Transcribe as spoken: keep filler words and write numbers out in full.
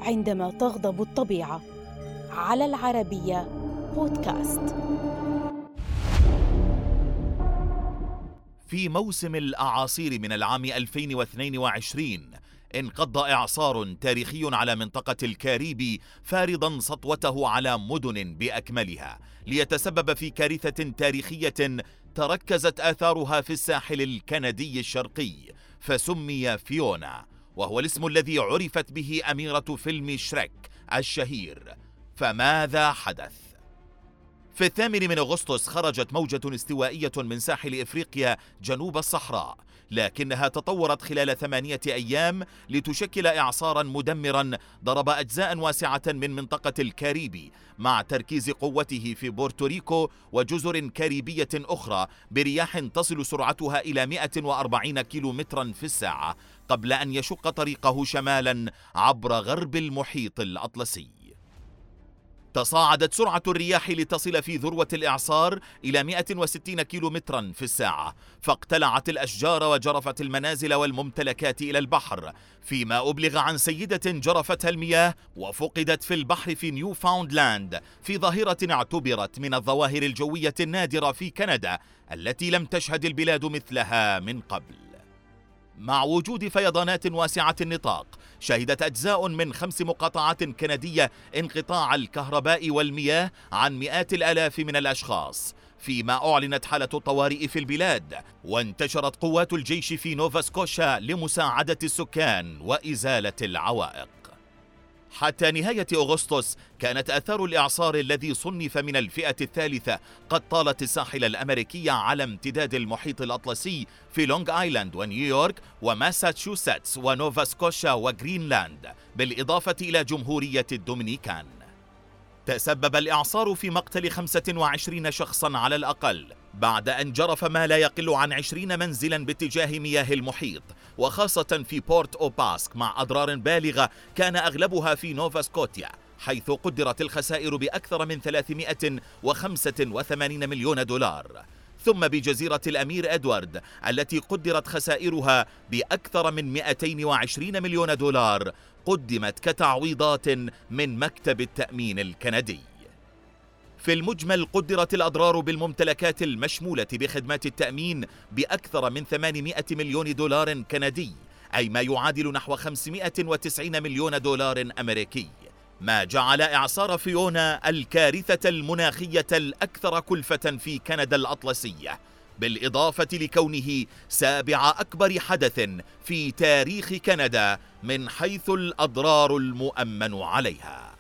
عندما تغضب الطبيعة. على العربية بودكاست. في موسم الأعاصير من العام ألفين واثنين وعشرين انقض إعصار تاريخي على منطقة الكاريبي فارضا سطوته على مدن بأكملها، ليتسبب في كارثة تاريخية تركزت آثارها في الساحل الكندي الشرقي، فسمي فيونا، وهو الاسم الذي عرفت به أميرة فيلم شريك الشهير. فماذا حدث؟ في الثامن من أغسطس خرجت موجة استوائية من ساحل إفريقيا جنوب الصحراء، لكنها تطورت خلال ثمانية أيام لتشكل إعصارا مدمرا ضرب أجزاء واسعة من منطقة الكاريبي، مع تركيز قوته في بورتوريكو وجزر كاريبية أخرى برياح تصل سرعتها إلى مئة وأربعين كيلومترا في الساعة، قبل أن يشق طريقه شمالا عبر غرب المحيط الأطلسي. تصاعدت سرعة الرياح لتصل في ذروة الإعصار إلى مئة وستين كيلومترا في الساعة، فاقتلعت الأشجار وجرفت المنازل والممتلكات إلى البحر، فيما أبلغ عن سيدة جرفتها المياه وفقدت في البحر في نيوفاوندلاند، في ظاهرة اعتبرت من الظواهر الجوية النادرة في كندا التي لم تشهد البلاد مثلها من قبل. مع وجود فيضانات واسعة النطاق، شهدت أجزاء من خمس مقاطعات كندية انقطاع الكهرباء والمياه عن مئات الآلاف من الأشخاص، فيما أعلنت حالة الطوارئ في البلاد، وانتشرت قوات الجيش في نوفا سكوشا لمساعدة السكان وإزالة العوائق. حتى نهاية أغسطس كانت آثار الإعصار الذي صنف من الفئة الثالثة قد طالت الساحل الأمريكي على امتداد المحيط الأطلسي في لونغ آيلاند ونيويورك وماساتشوستس ونوفا سكوشا وغرينلاند، بالإضافة إلى جمهورية الدومينيكان. تسبب الإعصار في مقتل خمسة وعشرين شخصا على الأقل، بعد أن جرف ما لا يقل عن عشرين منزلا باتجاه مياه المحيط، وخاصة في بورت أو باسك، مع أضرار بالغة كان أغلبها في نوفا سكوتيا، حيث قدرت الخسائر بأكثر من ثلاثمئة وخمسة وثمانين مليون دولار، ثم بجزيرة الأمير إدوارد التي قدرت خسائرها بأكثر من مئتين وعشرين مليون دولار، قدمت كتعويضات من مكتب التأمين الكندي. في المجمل قدرت الأضرار بالممتلكات المشمولة بخدمات التأمين بأكثر من ثمانمئة مليون دولار كندي، أي ما يعادل نحو خمسمئة وتسعين مليون دولار أمريكي، ما جعل إعصار فيونا الكارثة المناخية الأكثر كلفة في كندا الأطلسية، بالإضافة لكونه سابع أكبر حدث في تاريخ كندا من حيث الأضرار المؤمن عليها.